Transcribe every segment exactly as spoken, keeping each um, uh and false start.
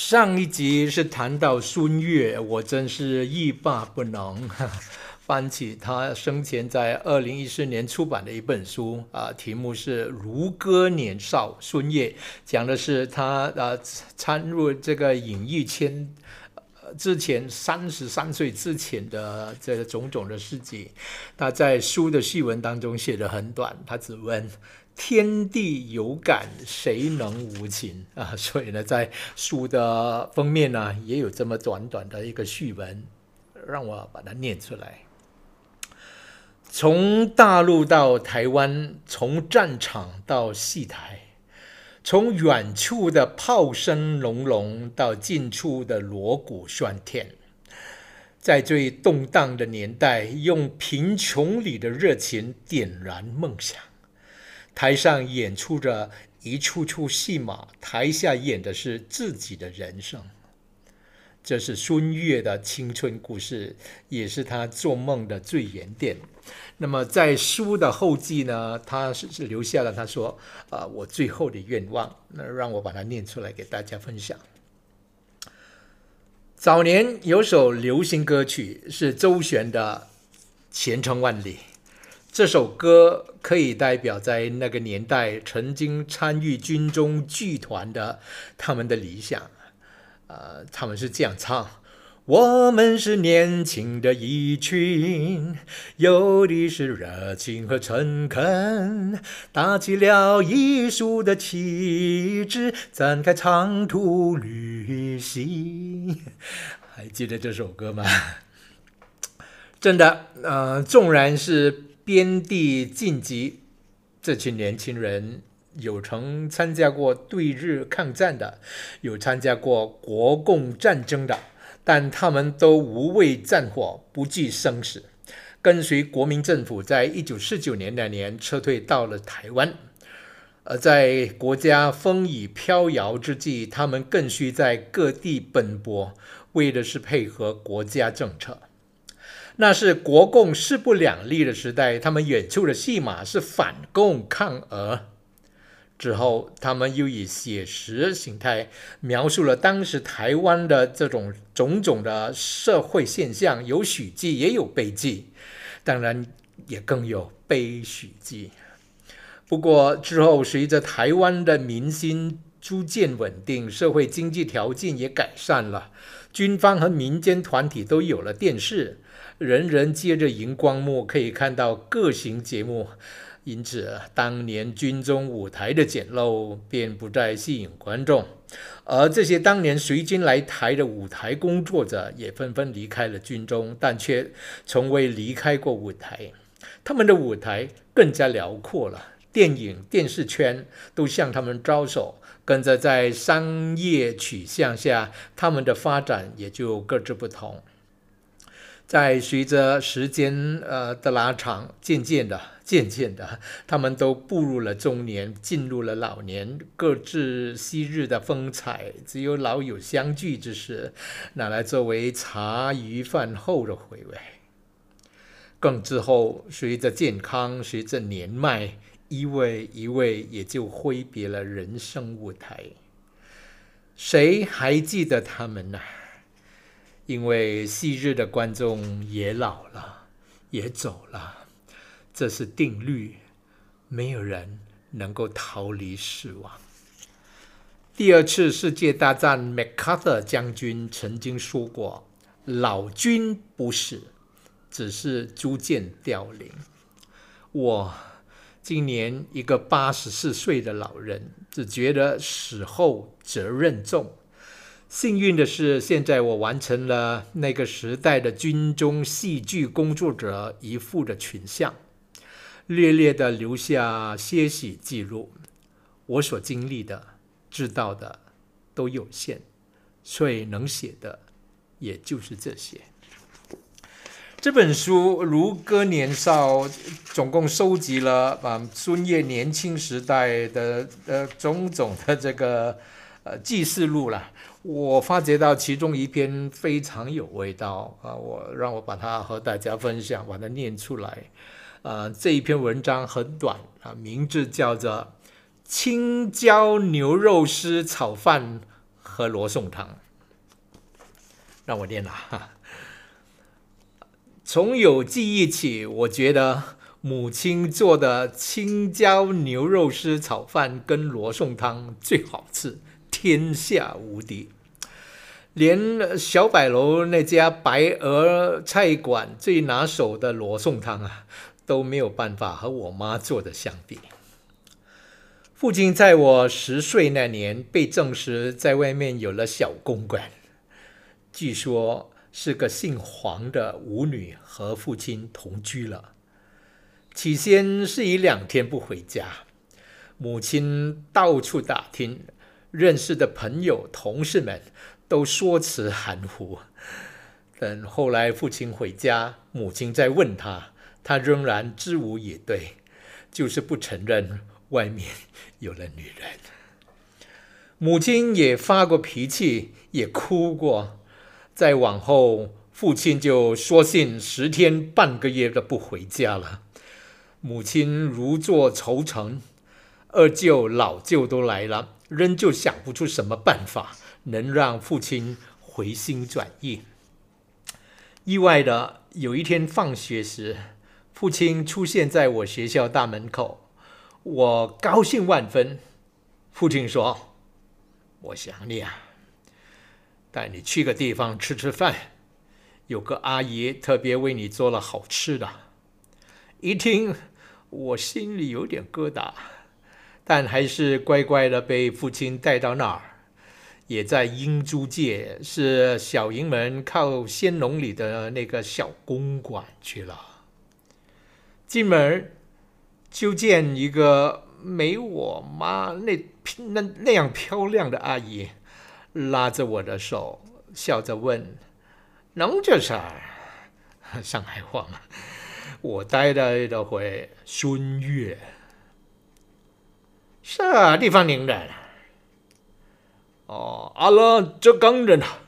上一集是谈到孙越，我真是欲罢不能。翻起他生前在二零一四年出版的一本书啊，题目是《如歌年少孙越》，讲的是他呃参入这个演艺圈之前三十三岁之前的这个种种的事迹。他在书的序文当中写得很短，他只问天地有感，谁能无情啊？所以呢，在书的封面呢，也有这么短短的一个序文，让我把它念出来。从大陆到台湾，从战场到戏台，从远处的炮声隆隆到近处的锣鼓喧天，在最动荡的年代，用贫穷里的热情点燃梦想。台上演出着一出出戏码，台下演的是自己的人生。这是孙越的青春故事，也是他做梦的最原点。那么在书的后记呢，他是留下了他说、呃、我最后的愿望，那让我把它念出来给大家分享。早年有首流行歌曲是周璇的《前程万里》，这首歌可以代表在那个年代曾经参与军中剧团的他们的理想。呃，他们是这样唱：我们是年轻的一群，有的是热情和诚恳，打起了艺术的旗帜，展开长途旅行。还记得这首歌吗？真的，呃，纵然是边地晋级，这群年轻人有曾参加过对日抗战的，有参加过国共战争的，但他们都无畏战火，不惧生死，跟随国民政府在一九四九年那年撤退到了台湾。而在国家风雨飘摇之际，他们更需在各地奔波，为的是配合国家政策。那是国共势不两立的时代，他们演出的戏码是反共抗俄。之后他们又以写实形态描述了当时台湾的这种种种的社会现象，有喜剧也有悲剧，当然也更有悲喜剧。不过之后随着台湾的民心逐渐稳定，社会经济条件也改善了，军方和民间团体都有了电视，人人接着荧光幕可以看到各型节目，因此当年军中舞台的简陋便不再吸引观众，而这些当年随军来台的舞台工作者也纷纷离开了军中，但却从未离开过舞台。他们的舞台更加辽阔了，电影电视圈都向他们招手，跟着在商业取向下，他们的发展也就各自不同。在随着时间呃的拉长，渐渐的渐渐的他们都步入了中年，进入了老年，各自昔日的风采，只有老友相聚之时，拿来作为茶余饭后的回味。更之后，随着健康，随着年迈，一位一位也就挥别了人生舞台。谁还记得他们呢？因为昔日的观众也老了，也走了，这是定律，没有人能够逃离死亡。第二次世界大战，麦克阿瑟将军曾经说过：老军不死，只是逐渐凋零。我今年一个八十四岁的老人，只觉得死后责任重。幸运的是，现在我完成了那个时代的军中戏剧工作者一副的群像，略略的留下些许记录。我所经历的、知道的都有限，所以能写的也就是这些。这本书《如歌年少》总共收集了啊孙越年轻时代的呃种种的这个呃记事录了。我发觉到其中一篇非常有味道啊，我让我把它和大家分享，把它念出来。呃，这一篇文章很短啊，名字叫做《青椒牛肉丝炒饭喝罗宋汤。让我念了。从有记忆起，我觉得母亲做的青椒牛肉丝炒饭跟罗宋汤最好吃，天下无敌。连小柏楼那家白鹅菜馆最拿手的罗宋汤啊，都没有办法和我妈做的相比。父亲在我十岁那年被证实在外面有了小公馆，据说是个姓黄的舞女和父亲同居了。起先是一两天不回家，母亲到处打听，认识的朋友同事们都说辞含糊。等后来父亲回家，母亲再问他，他仍然支吾以对，就是不承认外面有了女人。母亲也发过脾气，也哭过。再往后，父亲就说信十天半个月的不回家了。母亲如坐愁城，二舅老舅都来了，仍旧想不出什么办法能让父亲回心转意。意外的，有一天放学时，父亲出现在我学校大门口，我高兴万分。父亲说：“我想你啊，带你去个地方吃吃饭，有个阿姨特别为你做了好吃的。”一听，我心里有点疙瘩，但还是乖乖的被父亲带到那儿，也在英租界，是小营门靠仙农里的那个小公馆去了。进门就见一个没我妈那那那样漂亮的阿姨，拉着我的手，笑着问：“侬这是？”上海话嘛。我呆呆的回：“孙悦。”啥地方人的？哦，阿拉浙江人啊。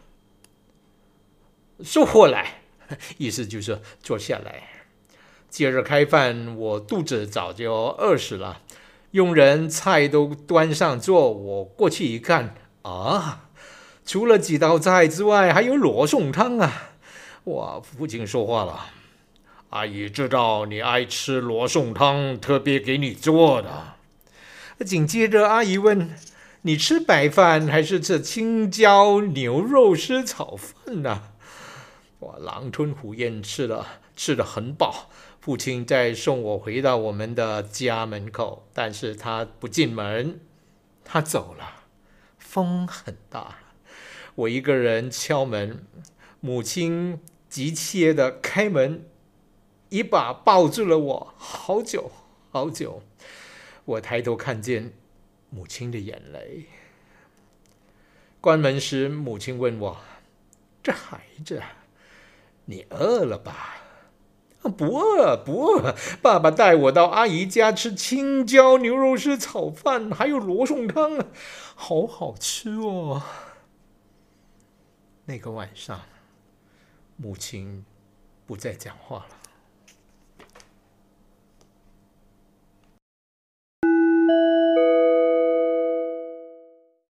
说过来，意思就是坐下来。接着开饭，我肚子早就饿死了，佣人菜都端上桌，我过去一看，啊，除了几道菜之外，还有罗宋汤啊！哇，父亲说话了：“阿姨知道你爱吃罗宋汤，特别给你做的。”紧接着阿姨问：“你吃白饭还是吃青椒牛肉丝炒饭呢？”我狼吞虎咽吃了，吃得很饱。父亲再送我回到我们的家门口，但是他不进门，他走了。风很大，我一个人敲门，母亲急切地开门，一把抱住了我，好久好久。我抬头看见母亲的眼泪。关门时，母亲问我：“这孩子，你饿了吧？”“不饿，不饿，爸爸带我到阿姨家吃青椒牛肉丝炒饭，还有罗宋汤，好好吃哦。”那个晚上，母亲不再讲话了。